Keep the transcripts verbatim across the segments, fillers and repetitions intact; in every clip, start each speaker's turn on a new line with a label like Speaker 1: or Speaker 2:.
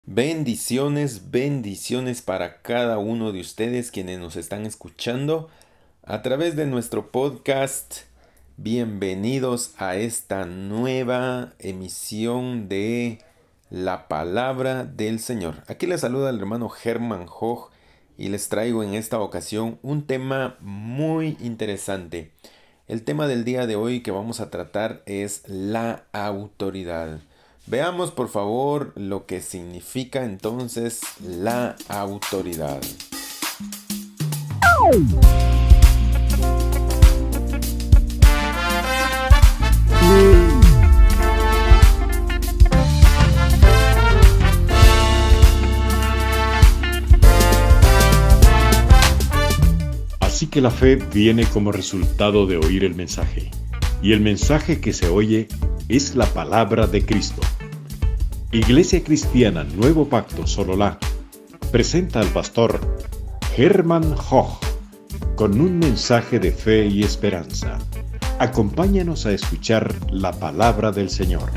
Speaker 1: Bendiciones, bendiciones para cada uno de ustedes quienes nos están escuchando a través de nuestro podcast. Bienvenidos a esta nueva emisión de la palabra del Señor. Aquí les saluda el hermano Germán Hoch y les traigo en esta ocasión un tema muy interesante. El tema del día de hoy que vamos a tratar es la autoridad. Veamos por favor lo que significa entonces la autoridad.
Speaker 2: Así que la fe viene como resultado de oír el mensaje, y el mensaje que se oye es la palabra de Cristo. Iglesia Cristiana Nuevo Pacto Sololá presenta al pastor Germán Hoch con un mensaje de fe y esperanza. Acompáñanos a escuchar la palabra del Señor.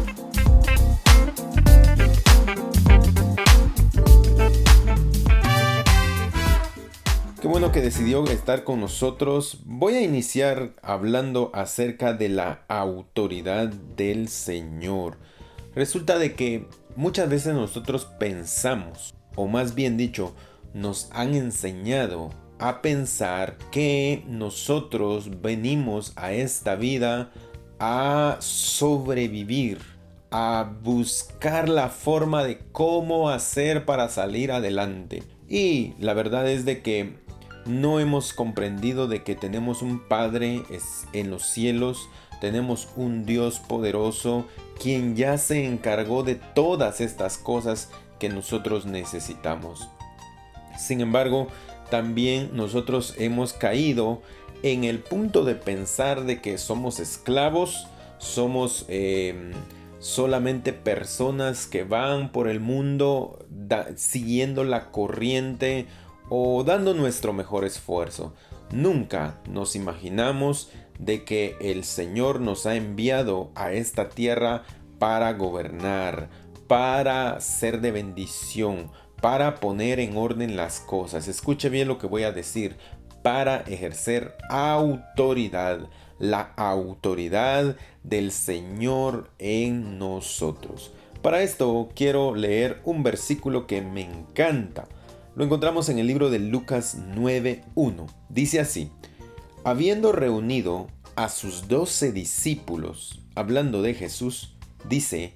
Speaker 1: Qué bueno que decidió estar con nosotros. Voy a iniciar hablando acerca de la autoridad del Señor. Resulta de que muchas veces nosotros pensamos, o más bien dicho, nos han enseñado a pensar que nosotros venimos a esta vida a sobrevivir, a buscar la forma de cómo hacer para salir adelante. Y la verdad es de que no hemos comprendido de que tenemos un Padre en los cielos, tenemos un Dios poderoso, quien ya se encargó de todas estas cosas que nosotros necesitamos. Sin embargo, también nosotros hemos caído en el punto de pensar de que somos esclavos, somos eh, solamente personas que van por el mundo da, siguiendo la corriente o dando nuestro mejor esfuerzo. Nunca nos imaginamos de que el Señor nos ha enviado a esta tierra para gobernar, para ser de bendición, para poner en orden las cosas. Escuche bien lo que voy a decir, para ejercer autoridad, la autoridad del Señor en nosotros. Para esto quiero leer un versículo que me encanta. Lo encontramos en el libro de Lucas nueve uno. Dice así: habiendo reunido a sus doce discípulos, hablando de Jesús, dice,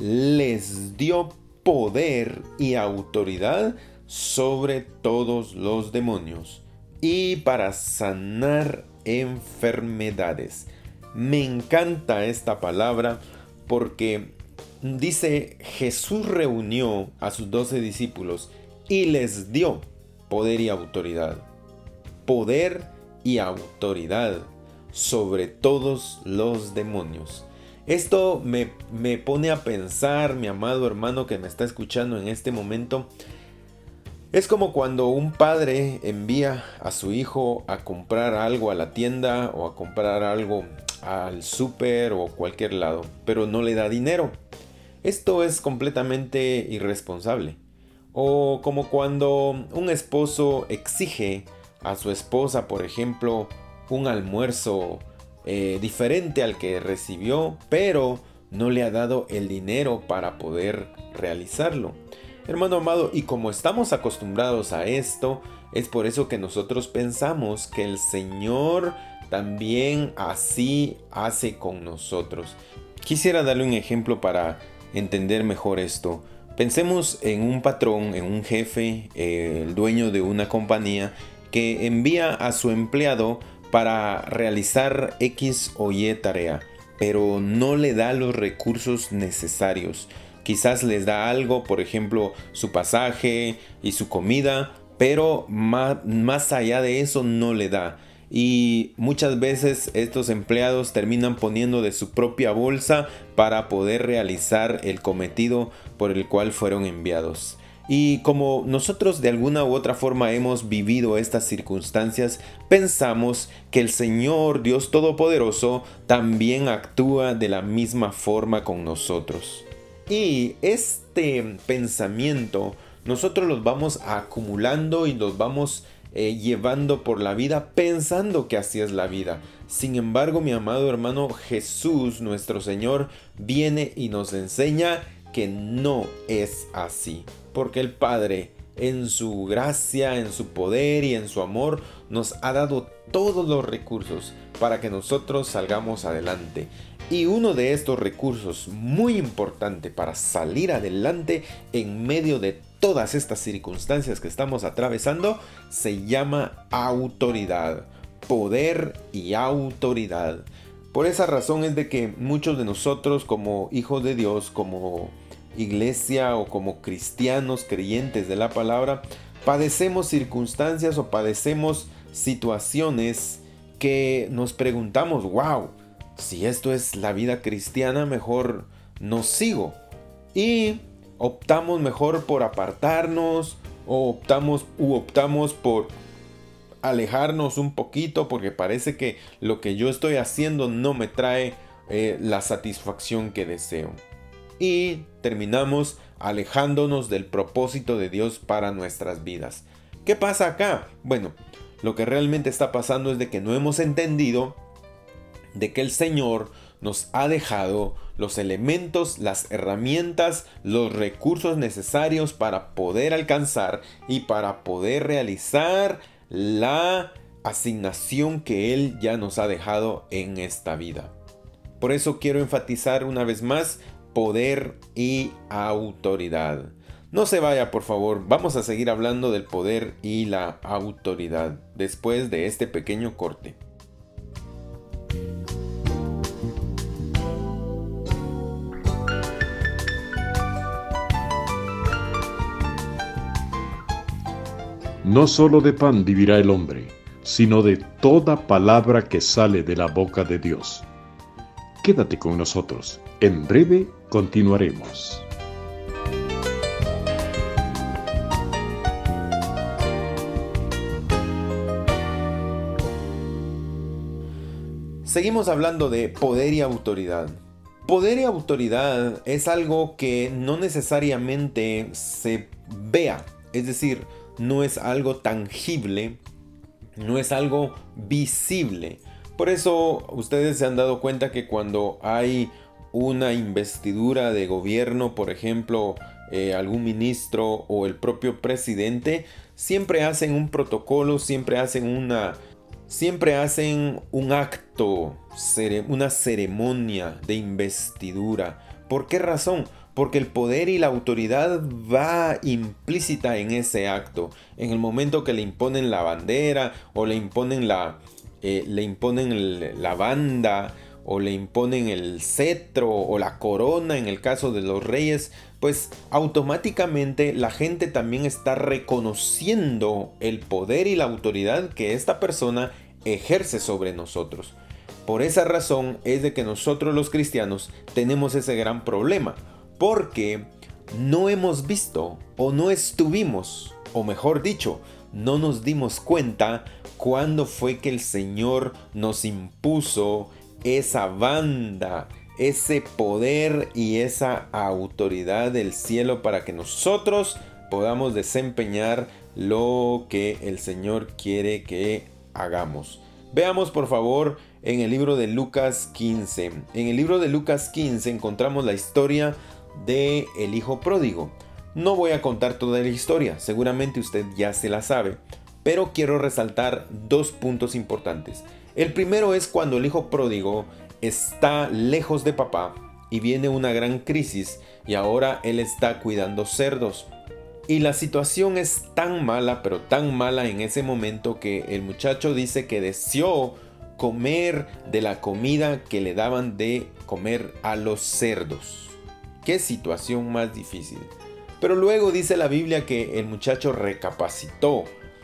Speaker 1: les dio poder y autoridad sobre todos los demonios y para sanar enfermedades. Me encanta esta palabra porque dice, Jesús reunió a sus doce discípulos y les dio poder y autoridad. Poder y autoridad sobre todos los demonios. Esto me, me pone a pensar, mi amado hermano que me está escuchando en este momento. Es como cuando un padre envía a su hijo a comprar algo a la tienda o a comprar algo al súper o cualquier lado, pero no le da dinero. Esto es completamente irresponsable. O como cuando un esposo exige a su esposa, por ejemplo, un almuerzo eh, diferente al que recibió, pero no le ha dado el dinero para poder realizarlo. Hermano amado, y como estamos acostumbrados a esto, es por eso que nosotros pensamos que el Señor también así hace con nosotros. Quisiera darle un ejemplo para entender mejor esto. Pensemos en un patrón, en un jefe, eh, el dueño de una compañía que envía a su empleado para realizar X o Y tarea, pero no le da los recursos necesarios. Quizás les da algo, por ejemplo, su pasaje y su comida, pero más, más allá de eso no le da. Y muchas veces estos empleados terminan poniendo de su propia bolsa para poder realizar el cometido por el cual fueron enviados. Y como nosotros de alguna u otra forma hemos vivido estas circunstancias, pensamos que el Señor Dios Todopoderoso también actúa de la misma forma con nosotros. Y este pensamiento nosotros los vamos acumulando y los vamos eh, llevando por la vida pensando que así es la vida. Sin embargo, mi amado hermano, Jesús, nuestro Señor, viene y nos enseña que no es así. Porque el Padre, en su gracia, en su poder y en su amor, nos ha dado todos los recursos para que nosotros salgamos adelante. Y uno de estos recursos muy importante para salir adelante en medio de todas estas circunstancias que estamos atravesando se llama autoridad, poder y autoridad. Por esa razón es de que muchos de nosotros como hijos de Dios, como iglesia o como cristianos creyentes de la palabra, padecemos circunstancias o padecemos situaciones que nos preguntamos, wow, si esto es la vida cristiana, mejor no sigo. Y optamos mejor por apartarnos o optamos, u optamos por alejarnos un poquito porque parece que lo que yo estoy haciendo no me trae eh, la satisfacción que deseo. Y terminamos alejándonos del propósito de Dios para nuestras vidas. ¿Qué pasa acá? Bueno, lo que realmente está pasando es de que no hemos entendido de que el Señor nos ha dejado los elementos, las herramientas, los recursos necesarios para poder alcanzar y para poder realizar la asignación que Él ya nos ha dejado en esta vida. Por eso quiero enfatizar una vez más poder y autoridad. No se vaya, por favor, vamos a seguir hablando del poder y la autoridad después de este pequeño corte.
Speaker 2: No solo de pan vivirá el hombre, sino de toda palabra que sale de la boca de Dios. Quédate con nosotros, en breve continuaremos.
Speaker 1: Seguimos hablando de poder y autoridad. Poder y autoridad es algo que no necesariamente se vea, es decir, no es algo tangible, no es algo visible. Por eso ustedes se han dado cuenta que cuando hay una investidura de gobierno, por ejemplo, eh, algún ministro o el propio presidente, siempre hacen un protocolo, siempre hacen una, siempre hacen un acto, una ceremonia de investidura. ¿Por qué razón? Porque el poder y la autoridad va implícita en ese acto. En el momento que le imponen la bandera o le imponen la, eh, le imponen el, la banda o le imponen el cetro o la corona en el caso de los reyes, pues automáticamente la gente también está reconociendo el poder y la autoridad que esta persona ejerce sobre nosotros. Por esa razón es de que nosotros los cristianos tenemos ese gran problema. Porque no hemos visto o no estuvimos, o mejor dicho, no nos dimos cuenta cuándo fue que el Señor nos impuso esa banda, ese poder y esa autoridad del cielo para que nosotros podamos desempeñar lo que el Señor quiere que hagamos. Veamos por favor en el libro de Lucas quince. En el libro de Lucas quince encontramos la historia de el hijo pródigo. No voy a contar toda la historia, seguramente usted ya se la sabe, pero quiero resaltar dos puntos importantes. El primero es cuando el hijo pródigo está lejos de papá y viene una gran crisis y ahora él está cuidando cerdos. Y la situación es tan mala, pero tan mala en ese momento que el muchacho dice que deseó comer de la comida que le daban de comer a los cerdos. Qué situación más difícil. Pero luego dice la Biblia que el muchacho recapacitó.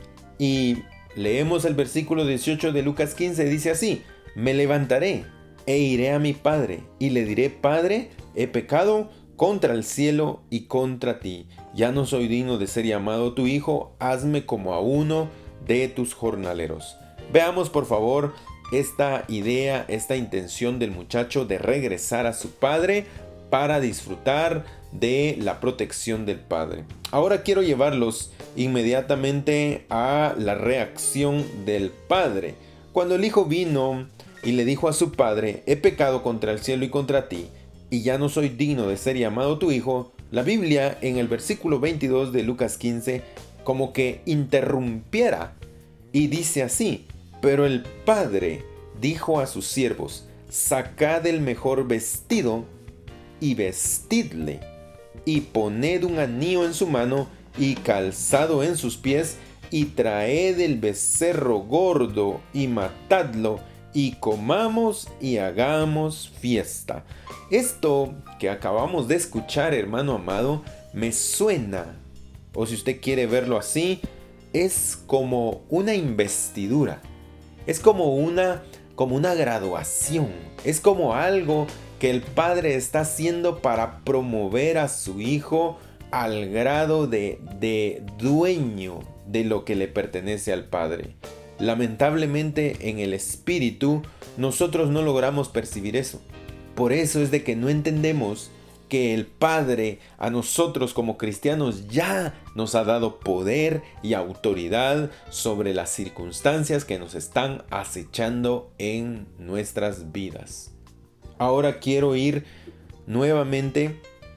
Speaker 1: Y leemos el versículo dieciocho de Lucas quince, dice así: me levantaré e iré a mi padre y le diré: Padre, he pecado contra el cielo y contra ti. Ya no soy digno de ser llamado tu hijo, hazme como a uno de tus jornaleros. Veamos por favor esta idea, esta intención del muchacho de regresar a su padre para disfrutar de la protección del Padre. Ahora quiero llevarlos inmediatamente a la reacción del Padre. Cuando el Hijo vino y le dijo a su Padre: he pecado contra el cielo y contra ti, y ya no soy digno de ser llamado tu hijo, la Biblia en el versículo veintidós de Lucas quince como que interrumpiera y dice así: pero el Padre dijo a sus siervos: sacad el mejor vestido y vestidle, y poned un anillo en su mano y calzado en sus pies, y traed el becerro gordo y matadlo, y comamos y hagamos fiesta. Esto que acabamos de escuchar, hermano amado, me suena, o si usted quiere verlo así, es como una investidura. Es como una, como una graduación. Es como algo que el Padre está haciendo para promover a su Hijo al grado de, de dueño de lo que le pertenece al Padre. Lamentablemente, en el espíritu, nosotros no logramos percibir eso. Por eso es de que no entendemos que el Padre a nosotros como cristianos ya nos ha dado poder y autoridad sobre las circunstancias que nos están acechando en nuestras vidas. Ahora quiero ir nuevamente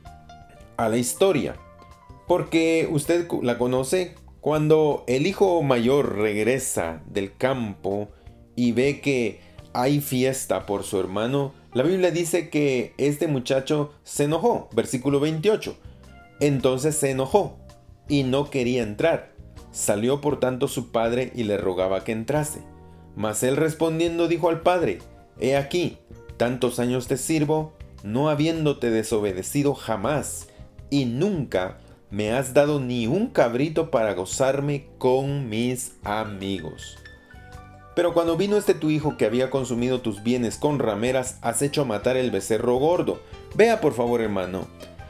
Speaker 1: a la historia, porque usted la conoce. Cuando el hijo mayor regresa del campo y ve que hay fiesta por su hermano, la Biblia dice que este muchacho se enojó. Versículo veintiocho. Entonces se enojó y no quería entrar. Salió por tanto su padre y le rogaba que entrase. Mas él respondiendo dijo al padre: he aquí, tantos años te sirvo, no habiéndote desobedecido jamás, y nunca me has dado ni un cabrito para gozarme con mis amigos. Pero cuando vino este tu hijo que había consumido tus bienes con rameras, has hecho matar el becerro gordo. Vea por favor, hermano.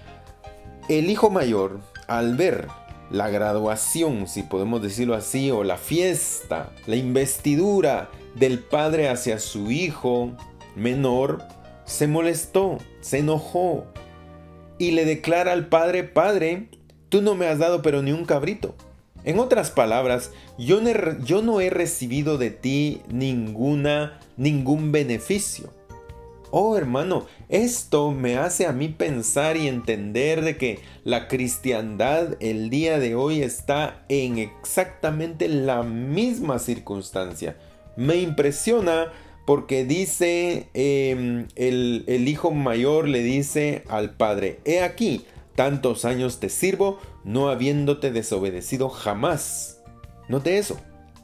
Speaker 1: El hijo mayor, al ver la graduación, si podemos decirlo así, o la fiesta, la investidura del padre hacia su hijo menor, se molestó, se enojó y le declara al padre: padre, tú no me has dado pero ni un cabrito. En otras palabras, yo no, he, yo no he recibido de ti ninguna, ningún beneficio. Oh hermano, esto me hace a mí pensar y entender de que la cristiandad el día de hoy está en exactamente la misma circunstancia. Me impresiona porque dice, eh, el, el hijo mayor le dice al padre: he aquí, tantos años te sirvo, no habiéndote desobedecido jamás. Note eso.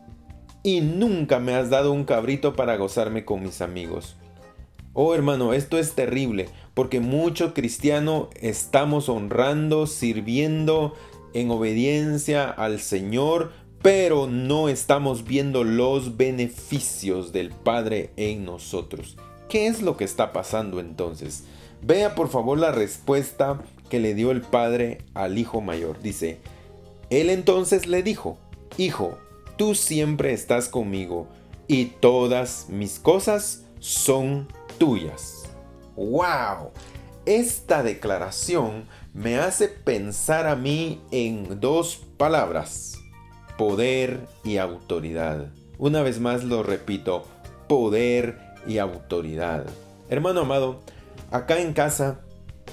Speaker 1: Y nunca me has dado un cabrito para gozarme con mis amigos. Oh hermano, esto es terrible, porque muchos cristianos estamos honrando, sirviendo en obediencia al Señor, pero no estamos viendo los beneficios del Padre en nosotros. ¿Qué es lo que está pasando entonces? Vea por favor la respuesta que le dio el padre al hijo mayor. Dice: él entonces le dijo: hijo, tú siempre estás conmigo y todas mis cosas son tuyas. ¡Wow! Esta declaración me hace pensar a mí en dos palabras: poder y autoridad. Una vez más lo repito: poder y autoridad. Hermano amado, acá en casa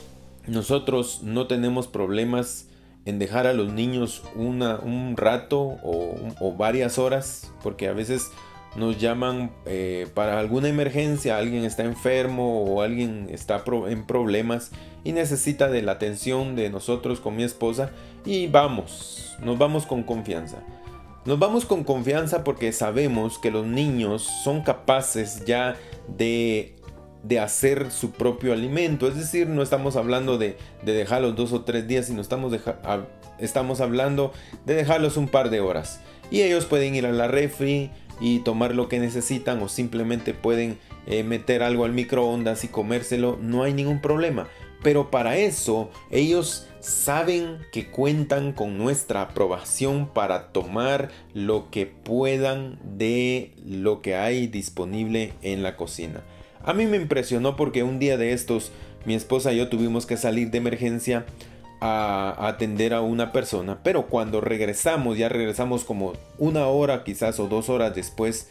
Speaker 1: nosotros no tenemos problemas en dejar a los niños una, un rato o, o varias horas, porque a veces nos llaman eh, para alguna emergencia, alguien está enfermo o alguien está pro- en problemas y necesita de la atención de nosotros con mi esposa, y vamos, nos vamos con confianza. Nos vamos con confianza porque sabemos que los niños son capaces ya de de hacer su propio alimento. Es decir, no estamos hablando de, de dejarlos dos o tres días, sino estamos, deja, a, estamos hablando de dejarlos un par de horas. Y ellos pueden ir a la refri y tomar lo que necesitan, o simplemente pueden eh, meter algo al microondas y comérselo. No hay ningún problema. Pero para eso ellos saben que cuentan con nuestra aprobación para tomar lo que puedan de lo que hay disponible en la cocina. A mí me impresionó porque un día de estos mi esposa y yo tuvimos que salir de emergencia a, a atender a una persona, pero cuando regresamos, ya regresamos como una hora quizás o dos horas después,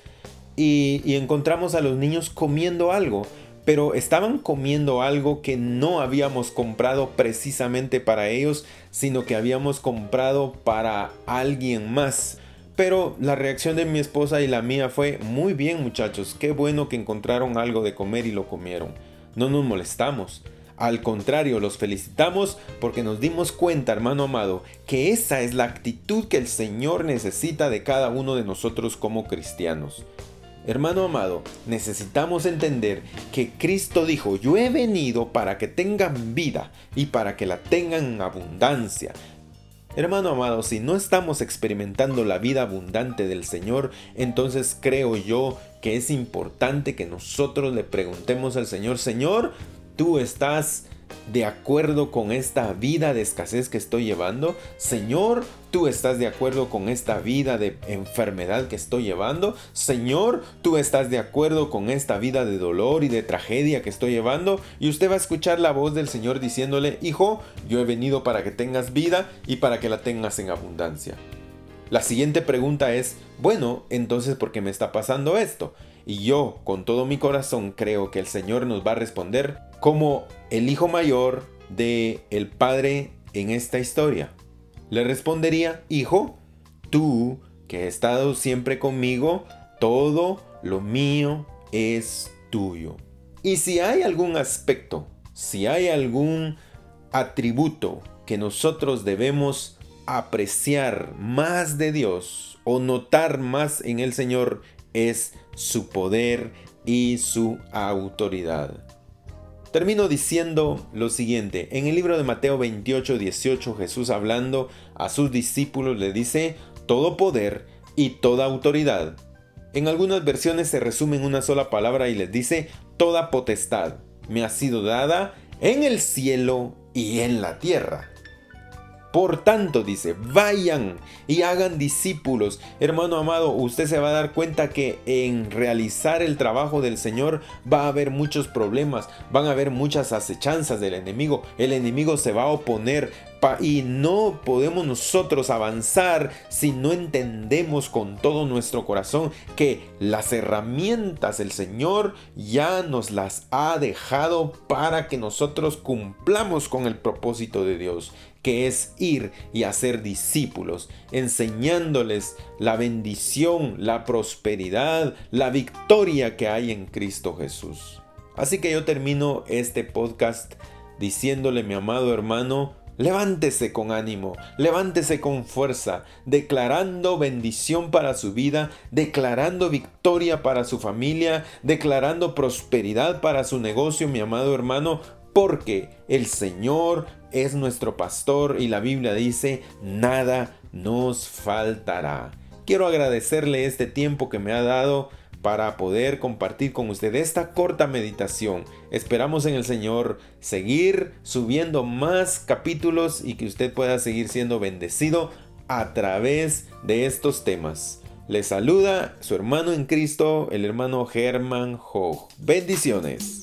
Speaker 1: y, y encontramos a los niños comiendo algo, pero estaban comiendo algo que no habíamos comprado precisamente para ellos, sino que habíamos comprado para alguien más. Pero la reacción de mi esposa y la mía fue: muy bien, muchachos, qué bueno que encontraron algo de comer y lo comieron. No nos molestamos. Al contrario, los felicitamos porque nos dimos cuenta, hermano amado, que esa es la actitud que el Señor necesita de cada uno de nosotros como cristianos. Hermano amado, necesitamos entender que Cristo dijo: yo he venido para que tengan vida y para que la tengan en abundancia. Hermano amado, si no estamos experimentando la vida abundante del Señor, entonces creo yo que es importante que nosotros le preguntemos al Señor: Señor, ¿tú estás de acuerdo con esta vida de escasez que estoy llevando? Señor, ¿tú estás de acuerdo con esta vida de enfermedad que estoy llevando? Señor, ¿tú estás de acuerdo con esta vida de dolor y de tragedia que estoy llevando? Y usted va a escuchar la voz del Señor diciéndole: hijo, yo he venido para que tengas vida y para que la tengas en abundancia. La siguiente pregunta es: bueno, entonces ¿por qué me está pasando esto? Y yo, con todo mi corazón, creo que el Señor nos va a responder como el hijo mayor de el padre en esta historia. Le respondería: hijo, tú que has estado siempre conmigo, todo lo mío es tuyo. Y si hay algún aspecto, si hay algún atributo que nosotros debemos apreciar más de Dios o notar más en el Señor, es su poder y su autoridad. Termino diciendo lo siguiente: en el libro de Mateo veintiocho, dieciocho, Jesús, hablando a sus discípulos, le dice: todo poder y toda autoridad. En algunas versiones se resume en una sola palabra y les dice: toda potestad me ha sido dada en el cielo y en la tierra. Por tanto, dice, vayan y hagan discípulos. Hermano amado, usted se va a dar cuenta que en realizar el trabajo del Señor va a haber muchos problemas, van a haber muchas acechanzas del enemigo. El enemigo se va a oponer y no podemos nosotros avanzar si no entendemos con todo nuestro corazón que las herramientas el Señor ya nos las ha dejado para que nosotros cumplamos con el propósito de Dios, que es ir y hacer discípulos, enseñándoles la bendición, la prosperidad, la victoria que hay en Cristo Jesús. Así que yo termino este podcast diciéndole, mi amado hermano, levántese con ánimo, levántese con fuerza, declarando bendición para su vida, declarando victoria para su familia, declarando prosperidad para su negocio, mi amado hermano, porque el Señor es nuestro pastor y la Biblia dice: nada nos faltará. Quiero agradecerle este tiempo que me ha dado para poder compartir con usted esta corta meditación. Esperamos en el Señor seguir subiendo más capítulos y que usted pueda seguir siendo bendecido a través de estos temas. Le saluda su hermano en Cristo, el hermano Germán Hoch. Bendiciones.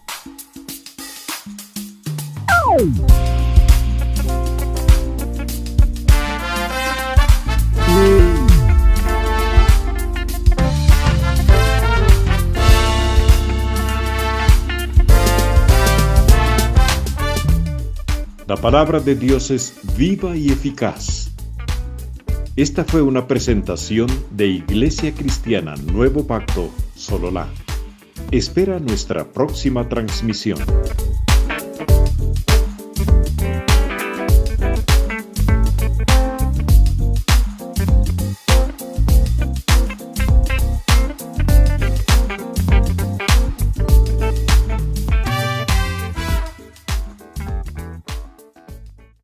Speaker 2: La palabra de Dios es viva y eficaz. Esta fue una presentación de Iglesia Cristiana Nuevo Pacto, Sololá. Espera nuestra próxima transmisión.